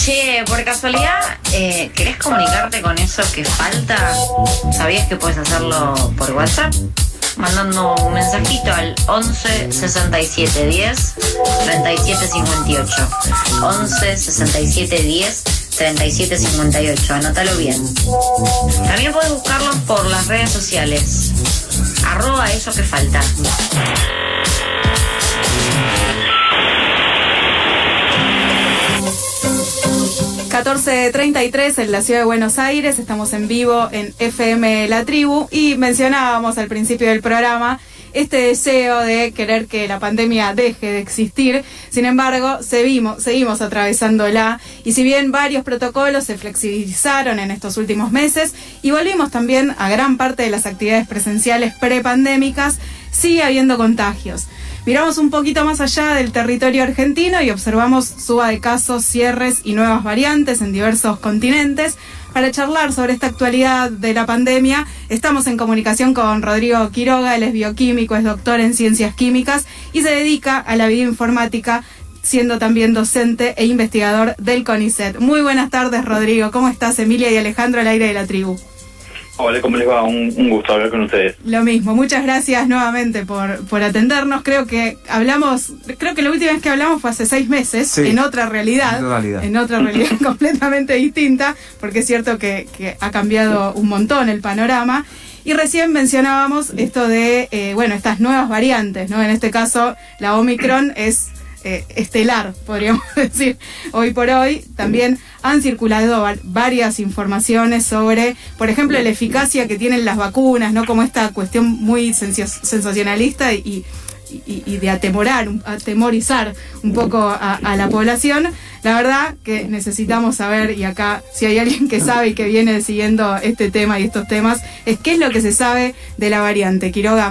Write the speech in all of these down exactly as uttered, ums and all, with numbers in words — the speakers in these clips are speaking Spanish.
Che, por casualidad, eh, ¿querés comunicarte con eso que falta? ¿Sabías que puedes hacerlo por WhatsApp? Mandando un mensajito al once sesenta y siete diez treinta y siete cincuenta y ocho. once sesenta y siete diez treinta y siete cincuenta y ocho. Anótalo bien. También puedes buscarlo por las redes sociales. Arroba eso que falta. catorce treinta y tres en la ciudad de Buenos Aires, estamos en vivo en F M La Tribu y mencionábamos al principio del programa este deseo de querer que la pandemia deje de existir. Sin embargo, seguimos, seguimos atravesándola y si bien varios protocolos se flexibilizaron en estos últimos meses y volvimos también a gran parte de las actividades presenciales prepandémicas, sigue habiendo contagios. Miramos un poquito más allá del territorio argentino y observamos suba de casos, cierres y nuevas variantes en diversos continentes. Para charlar sobre esta actualidad de la pandemia, estamos en comunicación con Rodrigo Quiroga. Él es bioquímico, es doctor en ciencias químicas y se dedica a la bioinformática, siendo también docente e investigador del CONICET. Muy buenas tardes, Rodrigo. ¿Cómo estás? Emilia y Alejandro al aire de La Tribu. Hola, ¿cómo les va? Un, un gusto hablar con ustedes. Lo mismo, muchas gracias nuevamente por, por atendernos. Creo que hablamos, creo que la última vez que hablamos fue hace seis meses, sí, en otra realidad, en, realidad. en otra realidad completamente distinta, porque es cierto que, que ha cambiado un montón el panorama. Y recién mencionábamos esto de, eh, bueno, estas nuevas variantes, ¿no? En este caso, la Omicron es Eh, estelar, podríamos decir, hoy por hoy. También han circulado va- varias informaciones sobre, por ejemplo, la eficacia que tienen las vacunas, ¿no? Como esta cuestión muy sensi- sensacionalista y, y, y de atemorar, atemorizar un poco a, a la población. La verdad que necesitamos saber, y acá si hay alguien que sabe y que viene siguiendo este tema y estos temas, es qué es lo que se sabe de la variante, Quiroga.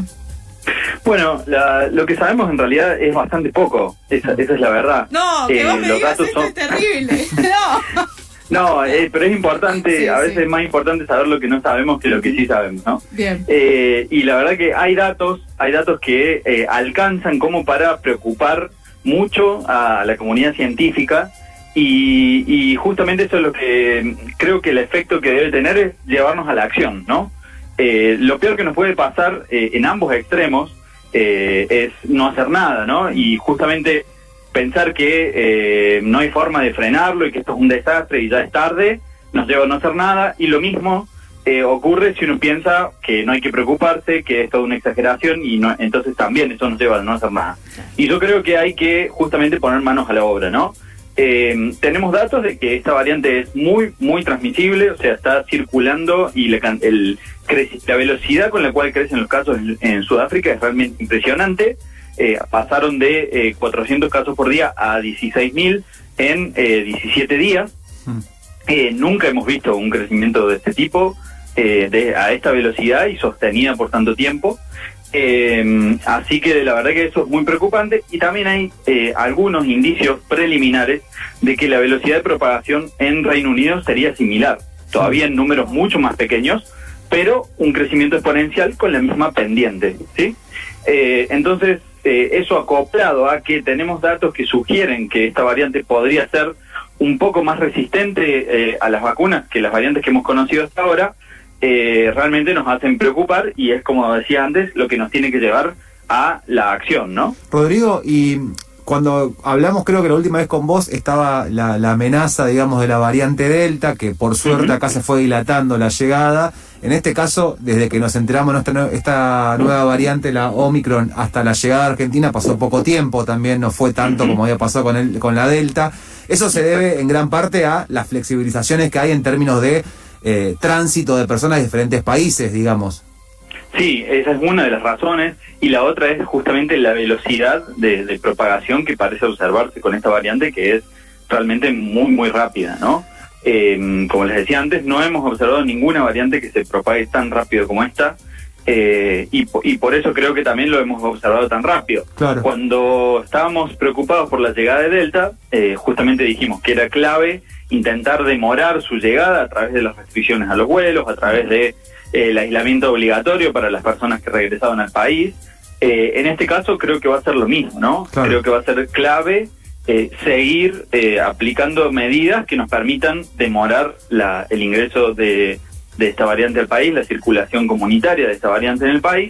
Bueno, la, lo que sabemos en realidad es bastante poco, esa, esa es la verdad. No, que eh, vos me los digas datos esto son... es terrible. No, no eh, pero es importante, sí, a veces sí. Es más importante saber lo que no sabemos que lo que sí sabemos, ¿no? Bien. Eh, y la verdad que hay datos, hay datos que eh, alcanzan como para preocupar mucho a la comunidad científica y, y justamente eso es lo que creo que el efecto que debe tener es llevarnos a la acción, ¿no? Eh, lo peor que nos puede pasar eh, en ambos extremos eh, es no hacer nada, ¿no? Y justamente pensar que eh, no hay forma de frenarlo y que esto es un desastre y ya es tarde, nos lleva a no hacer nada. Y lo mismo eh, ocurre si uno piensa que no hay que preocuparse, que es toda una exageración y no, entonces también eso nos lleva a no hacer nada. Y yo creo que hay que justamente poner manos a la obra, ¿no? Eh, tenemos datos de que esta variante es muy, muy transmisible, o sea, está circulando y le, el, crece, la velocidad con la cual crecen los casos en, en Sudáfrica es realmente impresionante. Eh, pasaron de eh, cuatrocientos casos por día a dieciséis mil en eh, diecisiete días. Eh, nunca hemos visto un crecimiento de este tipo, eh, de, a esta velocidad y sostenida por tanto tiempo. Eh, así que la verdad que eso es muy preocupante y también hay eh, algunos indicios preliminares de que la velocidad de propagación en Reino Unido sería similar, todavía en números mucho más pequeños, pero un crecimiento exponencial con la misma pendiente, ¿sí? Eh, entonces, eh, eso acoplado a que tenemos datos que sugieren que esta variante podría ser un poco más resistente eh, a las vacunas que las variantes que hemos conocido hasta ahora, Eh, realmente nos hacen preocupar y es, como decía antes, lo que nos tiene que llevar a la acción, ¿no? Rodrigo, y cuando hablamos, creo que la última vez con vos, estaba la, la amenaza, digamos, de la variante Delta, que por suerte acá se fue dilatando la llegada. En este caso, desde que nos enteramos de esta, esta nueva variante, la Omicron, hasta la llegada a Argentina pasó poco tiempo, también no fue tanto como había pasado con, el, con la Delta. Eso se debe en gran parte a las flexibilizaciones que hay en términos de Eh, tránsito de personas de diferentes países, digamos. Sí, esa es una de las razones, y la otra es justamente la velocidad de, de propagación que parece observarse con esta variante, que es realmente muy, muy rápida, ¿no? Eh, como les decía antes, no hemos observado ninguna variante que se propague tan rápido como esta, eh, y, y por eso creo que también lo hemos observado tan rápido. Claro. Cuando estábamos preocupados por la llegada de Delta, eh, justamente dijimos que era clave intentar demorar su llegada a través de las restricciones a los vuelos, a través de eh, el aislamiento obligatorio para las personas que regresaban al país. Eh, en este caso creo que va a ser lo mismo, ¿no? Claro. Creo que va a ser clave eh, seguir eh, aplicando medidas que nos permitan demorar la, el ingreso de, de esta variante al país, la circulación comunitaria de esta variante en el país.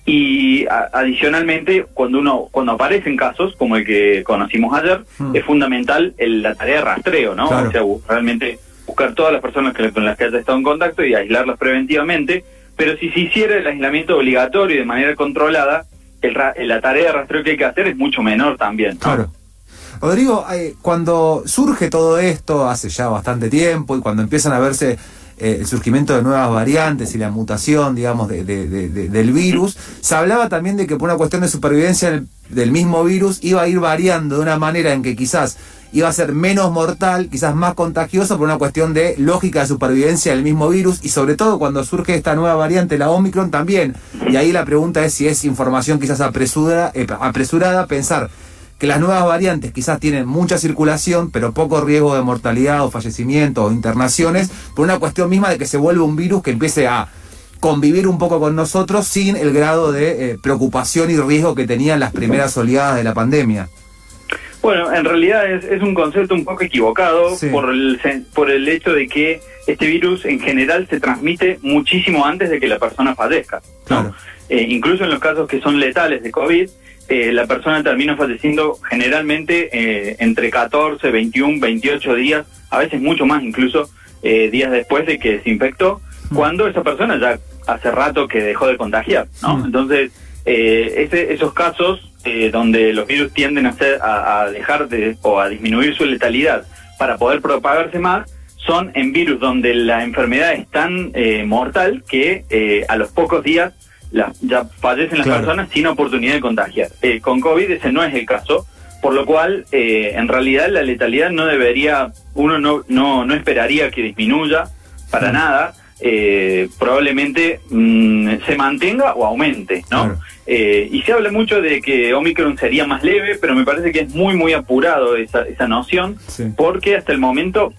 Y a, adicionalmente, cuando uno cuando aparecen casos como el que conocimos ayer, hmm. es fundamental el, la tarea de rastreo, ¿no? Claro. O sea, realmente buscar todas las personas que, con las que haya estado en contacto y aislarlas preventivamente. Pero si se hiciera el aislamiento obligatorio y de manera controlada, el, la tarea de rastreo que hay que hacer es mucho menor también, ¿no? Claro. Rodrigo, eh, cuando surge todo esto hace ya bastante tiempo y cuando empiezan a verse Eh, el surgimiento de nuevas variantes y la mutación, digamos, de, de, de, de, del virus, se hablaba también de que por una cuestión de supervivencia del, del mismo virus iba a ir variando de una manera en que quizás iba a ser menos mortal, quizás más contagioso por una cuestión de lógica de supervivencia del mismo virus, y sobre todo cuando surge esta nueva variante, la Omicron, también. Y ahí la pregunta es si es información quizás apresurada, eh, apresurada pensar que las nuevas variantes quizás tienen mucha circulación, pero poco riesgo de mortalidad o fallecimiento o internaciones, por una cuestión misma de que se vuelve un virus que empiece a convivir un poco con nosotros sin el grado de eh, preocupación y riesgo que tenían las primeras oleadas de la pandemia. Bueno, en realidad es, es un concepto un poco equivocado, sí. por, el, por el hecho de que este virus en general se transmite muchísimo antes de que la persona fallezca, ¿no? Claro. Eh, incluso en los casos que son letales de COVID, Eh, la persona termina falleciendo generalmente eh, entre catorce, veintiuno, veintiocho días, a veces mucho más incluso, eh, días después de que se infectó, mm. cuando esa persona ya hace rato que dejó de contagiar, ¿no? Mm. Entonces, eh, ese, esos casos eh, donde los virus tienden a, ser, a, a dejar de o a disminuir su letalidad para poder propagarse más, son en virus donde la enfermedad es tan eh, mortal que eh, a los pocos días La, ya fallecen las claro. personas sin oportunidad de contagiar. Eh, con COVID ese no es el caso, por lo cual eh, en realidad la letalidad no debería, uno no no, no esperaría que disminuya para sí. nada, eh, probablemente mmm, se mantenga o aumente, ¿no? Claro. Eh, y se habla mucho de que Omicron sería más leve, pero me parece que es muy muy apurado esa, esa noción, sí. porque hasta el momento,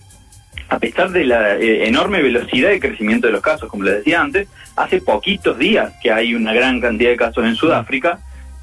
a pesar de la eh, enorme velocidad de crecimiento de los casos, como les decía antes, hace poquitos días que hay una gran cantidad de casos en Sudáfrica,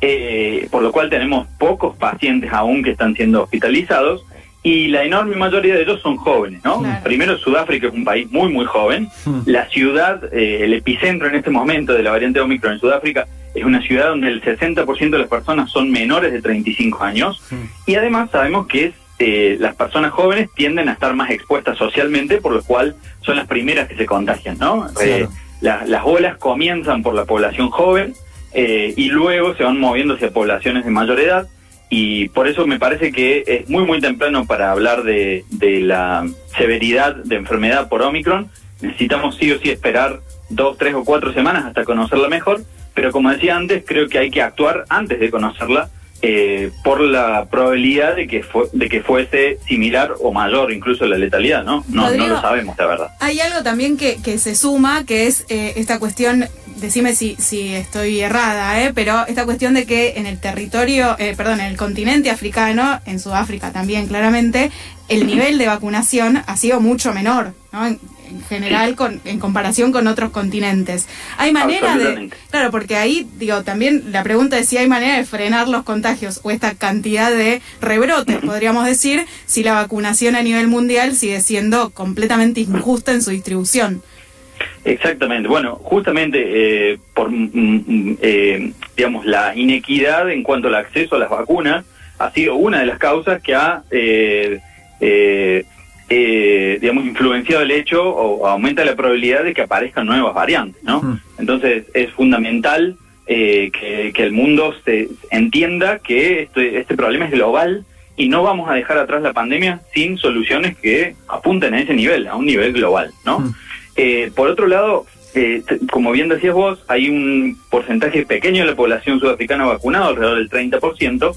eh, por lo cual tenemos pocos pacientes aún que están siendo hospitalizados, y la enorme mayoría de ellos son jóvenes, ¿no? Claro. Primero, Sudáfrica es un país muy, muy joven. Hmm. La ciudad, eh, el epicentro en este momento de la variante Omicron en Sudáfrica, es una ciudad donde el sesenta por ciento de las personas son menores de treinta y cinco años, hmm. y además sabemos que es Eh, las personas jóvenes tienden a estar más expuestas socialmente, por lo cual son las primeras que se contagian, ¿no? Claro. Eh, la, las olas comienzan por la población joven eh, y luego se van moviendo hacia poblaciones de mayor edad, y por eso me parece que es muy muy temprano para hablar de, de la severidad de enfermedad por Omicron. Necesitamos sí o sí esperar dos, tres o cuatro semanas hasta conocerla mejor, pero como decía antes, creo que hay que actuar antes de conocerla, Eh, por la probabilidad de que fue, de que fuese similar o mayor incluso la letalidad, ¿no? No, Rodrigo, no lo sabemos, la verdad. Hay algo también que, que se suma, que es eh, esta cuestión, decime si, si estoy errada, ¿eh? pero esta cuestión de que en el territorio, eh, perdón, en el continente africano, en Sudáfrica también claramente, el nivel de vacunación ha sido mucho menor, ¿no? En, en general con, en comparación con otros continentes. ¿Hay manera de...? Claro, porque ahí, digo, también la pregunta es si hay manera de frenar los contagios o esta cantidad de rebrotes, podríamos decir, si la vacunación a nivel mundial sigue siendo completamente injusta en su distribución. Exactamente. Bueno, justamente eh, por, mm, eh, digamos, la inequidad en cuanto al acceso a las vacunas ha sido una de las causas que ha... Eh, eh, Eh, digamos, influenciado el hecho o aumenta la probabilidad de que aparezcan nuevas variantes, ¿no? Uh-huh. Entonces es fundamental eh, que, que el mundo se entienda que este, este problema es global y no vamos a dejar atrás la pandemia sin soluciones que apunten a ese nivel, a un nivel global, ¿no? Uh-huh. Eh, por otro lado, eh, como bien decías vos, hay un porcentaje pequeño de la población sudafricana vacunada, alrededor del treinta por ciento,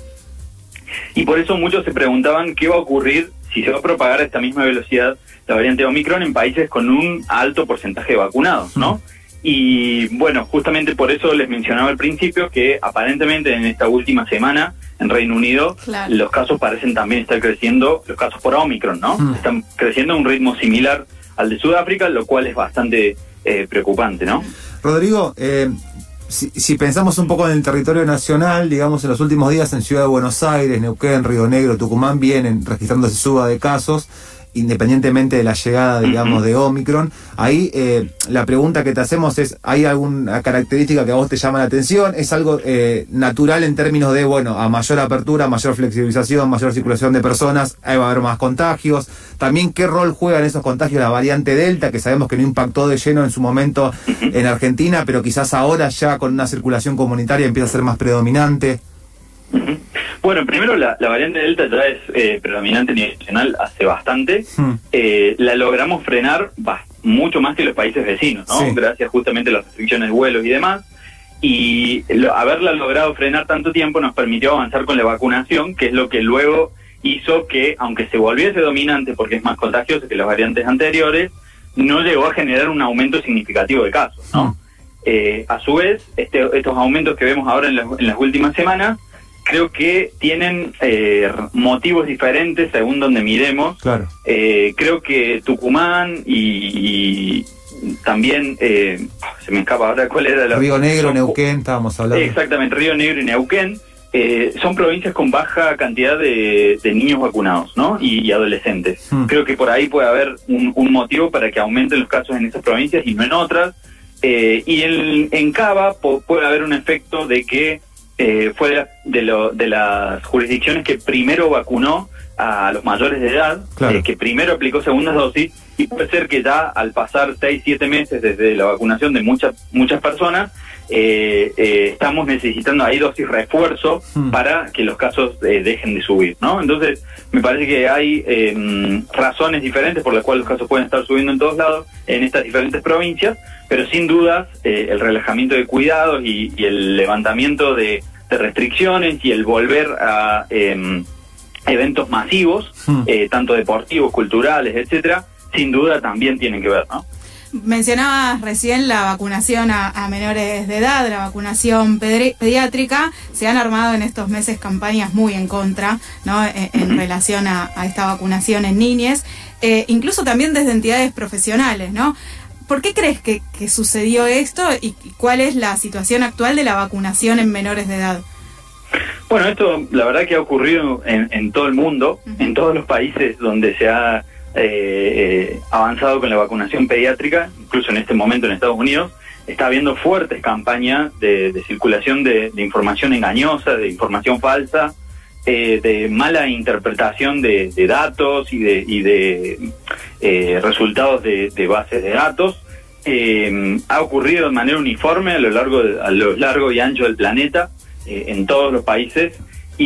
y por eso muchos se preguntaban qué va a ocurrir si se va a propagar a esta misma velocidad la variante Omicron en países con un alto porcentaje de vacunados, ¿no? Y bueno, justamente por eso les mencionaba al principio que aparentemente en esta última semana en Reino Unido, claro, los casos parecen también estar creciendo, los casos por Omicron, ¿no? Mm. Están creciendo a un ritmo similar al de Sudáfrica, lo cual es bastante eh, preocupante, ¿no? Rodrigo, eh, si, si pensamos un poco en el territorio nacional, digamos, en los últimos días en Ciudad de Buenos Aires, Neuquén, Río Negro, Tucumán, vienen registrándose suba de casos, independientemente de la llegada, digamos, de Omicron. Ahí eh, la pregunta que te hacemos es, ¿hay alguna característica que a vos te llama la atención? ¿Es algo eh, natural en términos de, bueno, a mayor apertura, mayor flexibilización, mayor circulación de personas, ahí va a haber más contagios? También, ¿qué rol juega en esos contagios la variante Delta, que sabemos que no impactó de lleno en su momento en Argentina, pero quizás ahora ya con una circulación comunitaria empieza a ser más predominante? Uh-huh. Bueno, primero la, la variante Delta ya es eh, predominante a nivel nacional hace bastante. Hmm. Eh, la logramos frenar bah, mucho más que los países vecinos, ¿no? Sí. Gracias justamente a las restricciones de vuelos y demás. Y lo, haberla logrado frenar tanto tiempo nos permitió avanzar con la vacunación, que es lo que luego hizo que, aunque se volviese dominante porque es más contagioso que las variantes anteriores, no llegó a generar un aumento significativo de casos, ¿no? Hmm. Eh, a su vez, este, estos aumentos que vemos ahora en, la, en las últimas semanas creo que tienen eh, motivos diferentes según donde miremos. Claro. Eh, creo que Tucumán y, y también, eh, se me escapa ahora cuál era la... Río Negro, son, Neuquén, estábamos hablando. Exactamente, Río Negro y Neuquén eh, son provincias con baja cantidad de, de niños vacunados, ¿no? Y, y adolescentes. Hmm. Creo que por ahí puede haber un, un motivo para que aumenten los casos en esas provincias y no en otras. Eh, y en, en Cava po, puede haber un efecto de que Eh, fue de, la, de, lo, de las jurisdicciones que primero vacunó a los mayores de edad, claro. eh, que primero aplicó segundas dosis, y puede ser que ya al pasar seis, siete meses desde la vacunación de muchas muchas personas, eh, eh, estamos necesitando ahí dosis refuerzo hmm. para que los casos eh, dejen de subir, ¿no? Entonces, me parece que hay eh, razones diferentes por las cuales los casos pueden estar subiendo en todos lados, en estas diferentes provincias, pero sin dudas eh, el relajamiento de cuidados y, y el levantamiento de, de restricciones y el volver a eh, eventos masivos, hmm. eh, tanto deportivos, culturales, etcétera, sin duda también tienen que ver, ¿no? Mencionabas recién la vacunación a, a menores de edad, la vacunación pedri- pediátrica. Se han armado en estos meses campañas muy en contra, ¿no? En, en uh-huh. relación a, a esta vacunación en niñez, eh, incluso también desde entidades profesionales, ¿no? ¿Por qué crees que, que sucedió esto y cuál es la situación actual de la vacunación en menores de edad? Bueno, esto la verdad que ha ocurrido en, en todo el mundo, uh-huh. en todos los países donde se ha eh, eh, avanzado con la vacunación pediátrica, incluso en este momento en Estados Unidos, está habiendo fuertes campañas de, de circulación de, de información engañosa, de información falsa, eh, de mala interpretación de, de datos y de, y de eh, resultados de, de bases de datos. Eh, ha ocurrido de manera uniforme a lo largo, de, a lo largo y ancho del planeta, eh, en todos los países,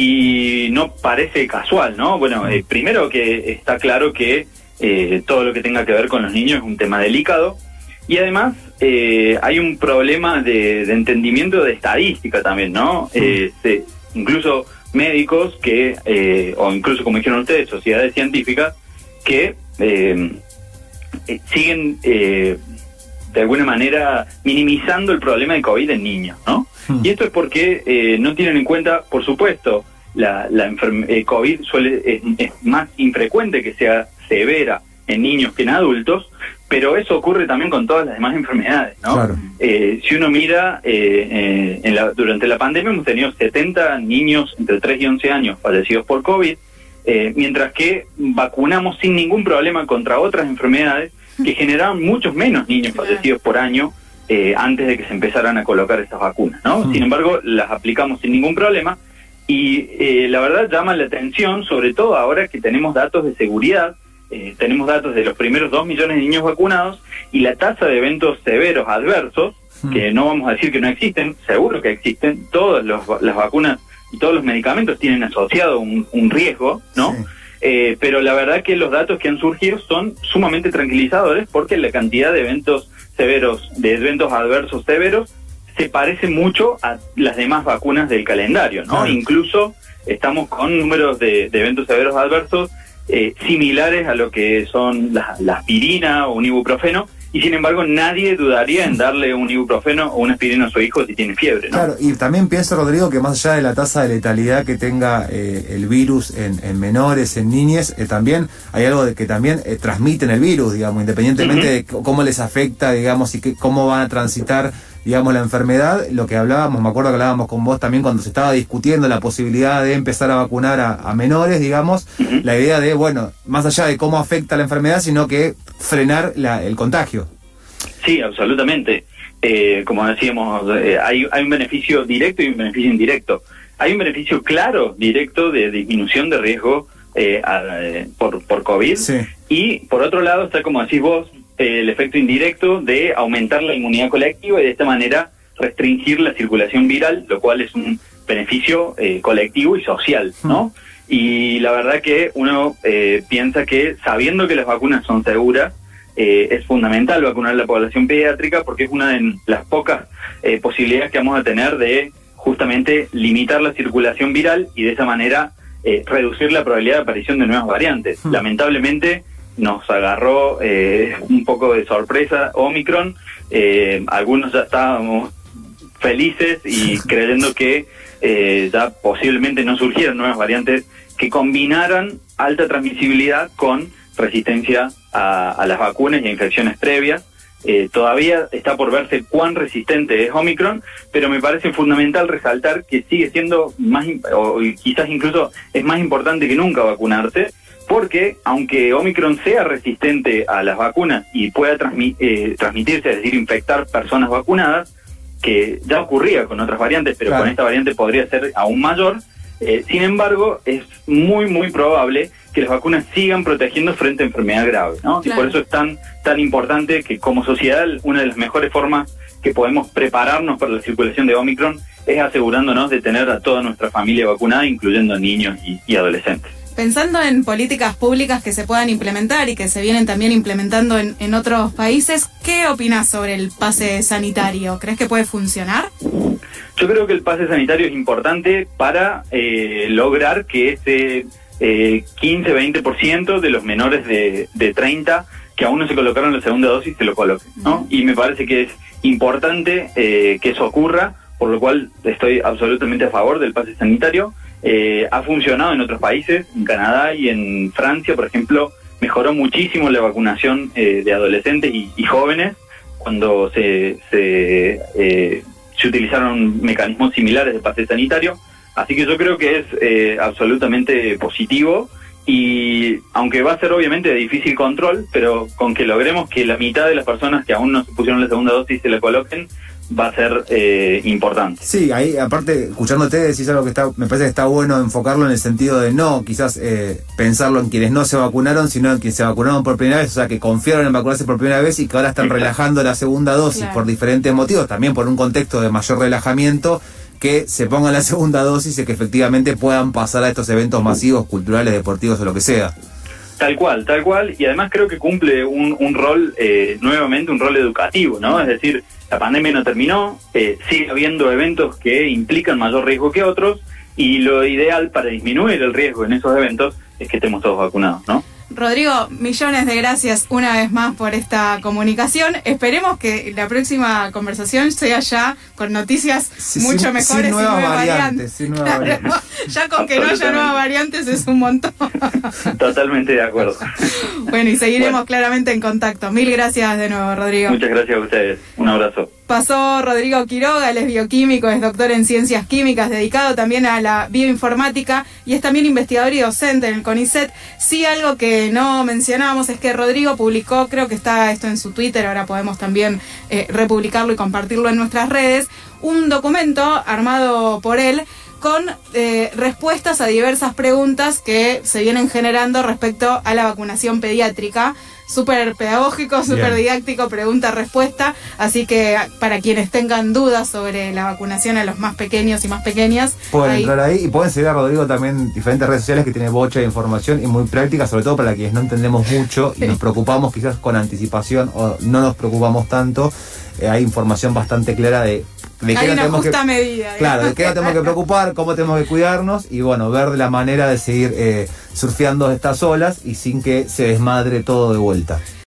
y no parece casual, ¿no? Bueno, eh, primero que está claro que eh, todo lo que tenga que ver con los niños es un tema delicado, y además eh, hay un problema de, de entendimiento de estadística también, ¿no? Eh, se, incluso médicos que, eh, o incluso como dijeron ustedes, sociedades científicas que eh, eh, siguen eh, de alguna manera minimizando el problema de COVID en niños, ¿no? Y esto es porque eh, no tienen en cuenta, por supuesto, la, la enferme- eh, COVID suele es, es más infrecuente que sea severa en niños que en adultos, pero eso ocurre también con todas las demás enfermedades, ¿no? Claro. Eh, si uno mira, eh, eh, en la, durante la pandemia hemos tenido setenta niños entre tres y once años fallecidos por COVID, eh, mientras que vacunamos sin ningún problema contra otras enfermedades que generaban muchos menos niños fallecidos por año, Eh, antes de que se empezaran a colocar estas vacunas, ¿no? Mm. Sin embargo, las aplicamos sin ningún problema y eh, la verdad llama la atención, sobre todo ahora que tenemos datos de seguridad, eh, tenemos datos de los primeros dos millones de niños vacunados y la tasa de eventos severos adversos, mm. que no vamos a decir que no existen, seguro que existen, todas los, las vacunas y todos los medicamentos tienen asociado un, un riesgo, ¿no? Sí. Eh, pero la verdad que los datos que han surgido son sumamente tranquilizadores porque la cantidad de eventos severos, de eventos adversos severos, se parece mucho a las demás vacunas del calendario, ¿no? Claro. Incluso estamos con números de, de eventos severos adversos eh, similares a lo que son la, la aspirina o un ibuprofeno, y sin embargo nadie dudaría en darle un ibuprofeno o una aspirina a su hijo si tiene fiebre, ¿no? Claro, y también pienso, Rodrigo, que más allá de la tasa de letalidad que tenga eh, el virus en, en menores, en niñez, eh, también hay algo de que también eh, transmiten el virus, digamos, independientemente uh-huh. de c- cómo les afecta, digamos, y que, cómo van a transitar digamos, la enfermedad. Lo que hablábamos, me acuerdo que hablábamos con vos también cuando se estaba discutiendo la posibilidad de empezar a vacunar a, a menores, digamos, uh-huh. la idea de, bueno, más allá de cómo afecta la enfermedad, sino que frenar la, el contagio. Sí, absolutamente. Eh, como decíamos, eh, hay, hay un beneficio directo y un beneficio indirecto. Hay un beneficio claro, directo, de disminución de riesgo eh, a, eh, por, por COVID. Sí. Y por otro lado está, como decís vos, eh, el efecto indirecto de aumentar la inmunidad colectiva y de esta manera restringir la circulación viral, lo cual es un beneficio eh, colectivo y social, ¿no? Mm. Y la verdad que uno eh, piensa que, sabiendo que las vacunas son seguras, eh, es fundamental vacunar a la población pediátrica porque es una de las pocas eh, posibilidades que vamos a tener de justamente limitar la circulación viral y de esa manera eh, reducir la probabilidad de aparición de nuevas variantes. Mm. Lamentablemente nos agarró eh, un poco de sorpresa Omicron, eh, algunos ya estábamos felices y creyendo que eh, ya posiblemente no surgieran nuevas variantes que combinaran alta transmisibilidad con resistencia a, a las vacunas y a infecciones previas. Eh, todavía está por verse cuán resistente es Omicron, pero me parece fundamental resaltar que sigue siendo más, o quizás incluso es más importante que nunca vacunarse, porque aunque Omicron sea resistente a las vacunas y pueda transmi- eh, transmitirse, es decir, infectar personas vacunadas, que ya ocurría con otras variantes, pero claro, con esta variante podría ser aún mayor, eh, sin embargo, es muy, muy probable que las vacunas sigan protegiendo frente a enfermedad grave, ¿no? Claro. Y por eso es tan, tan importante que como sociedad una de las mejores formas que podemos prepararnos para la circulación de Omicron es asegurándonos de tener a toda nuestra familia vacunada, incluyendo niños y, y adolescentes. Pensando en políticas públicas que se puedan implementar y que se vienen también implementando en, en otros países, ¿qué opinás sobre el pase sanitario? ¿Crees que puede funcionar? Yo creo que el pase sanitario es importante para eh, lograr que ese eh, quince a veinte por ciento de los menores de, de treinta que aún no se colocaron la segunda dosis se lo coloquen, ¿no? Uh-huh. Y me parece que es importante eh, que eso ocurra, por lo cual estoy absolutamente a favor del pase sanitario. Eh, ha funcionado en otros países, en Canadá y en Francia, por ejemplo, mejoró muchísimo la vacunación eh, de adolescentes y, y jóvenes cuando se, se, eh, se utilizaron mecanismos similares de pase sanitario, así que yo creo que es eh, absolutamente positivo y aunque va a ser obviamente de difícil control, pero con que logremos que la mitad de las personas que aún no se pusieron la segunda dosis se la coloquen, va a ser eh, importante. Sí, ahí aparte, escuchándote decís algo que está, me parece que está bueno enfocarlo en el sentido de no quizás eh, pensarlo en quienes no se vacunaron, sino en quienes se vacunaron por primera vez, o sea, que confiaron en vacunarse por primera vez y que ahora están Exacto. relajando la segunda dosis claro. por diferentes motivos, también por un contexto de mayor relajamiento, que se pongan la segunda dosis y que efectivamente puedan pasar a estos eventos masivos, culturales, deportivos o lo que sea. Tal cual, tal cual, y además creo que cumple un, un rol, eh, nuevamente un rol educativo, ¿no? Es decir, la pandemia no terminó, eh, sigue habiendo eventos que implican mayor riesgo que otros, y lo ideal para disminuir el riesgo en esos eventos es que estemos todos vacunados, ¿no? Rodrigo, millones de gracias una vez más por esta comunicación. Esperemos que la próxima conversación sea ya con noticias sí, mucho sin, mejores sin nuevas y nuevas variantes. variantes. Sin nuevas claro, variantes. Ya con que no haya nuevas variantes es un montón. Totalmente de acuerdo. Bueno, y seguiremos bueno. claramente en contacto. Mil gracias de nuevo, Rodrigo. Muchas gracias a ustedes. Un abrazo. Pasó Rodrigo Quiroga, él es bioquímico, es doctor en ciencias químicas, dedicado también a la bioinformática y es también investigador y docente en el CONICET. Sí, algo que no mencionábamos es que Rodrigo publicó, creo que está esto en su Twitter, ahora podemos también eh, republicarlo y compartirlo en nuestras redes, un documento armado por él con eh, respuestas a diversas preguntas que se vienen generando respecto a la vacunación pediátrica. Súper pedagógico, súper didáctico, pregunta-respuesta, así que para quienes tengan dudas sobre la vacunación a los más pequeños y más pequeñas, pueden ahí... entrar ahí y pueden seguir a Rodrigo también en diferentes redes sociales que tiene bocha de información y muy práctica, sobre todo para quienes no entendemos mucho y nos preocupamos quizás con anticipación o no nos preocupamos tanto, eh, hay información bastante clara de de hay qué una justa que, medida. Claro, de qué no tenemos que preocupar, cómo tenemos que cuidarnos y bueno, ver la manera de seguir eh, surfeando estas olas y sin que se desmadre todo de vuelta.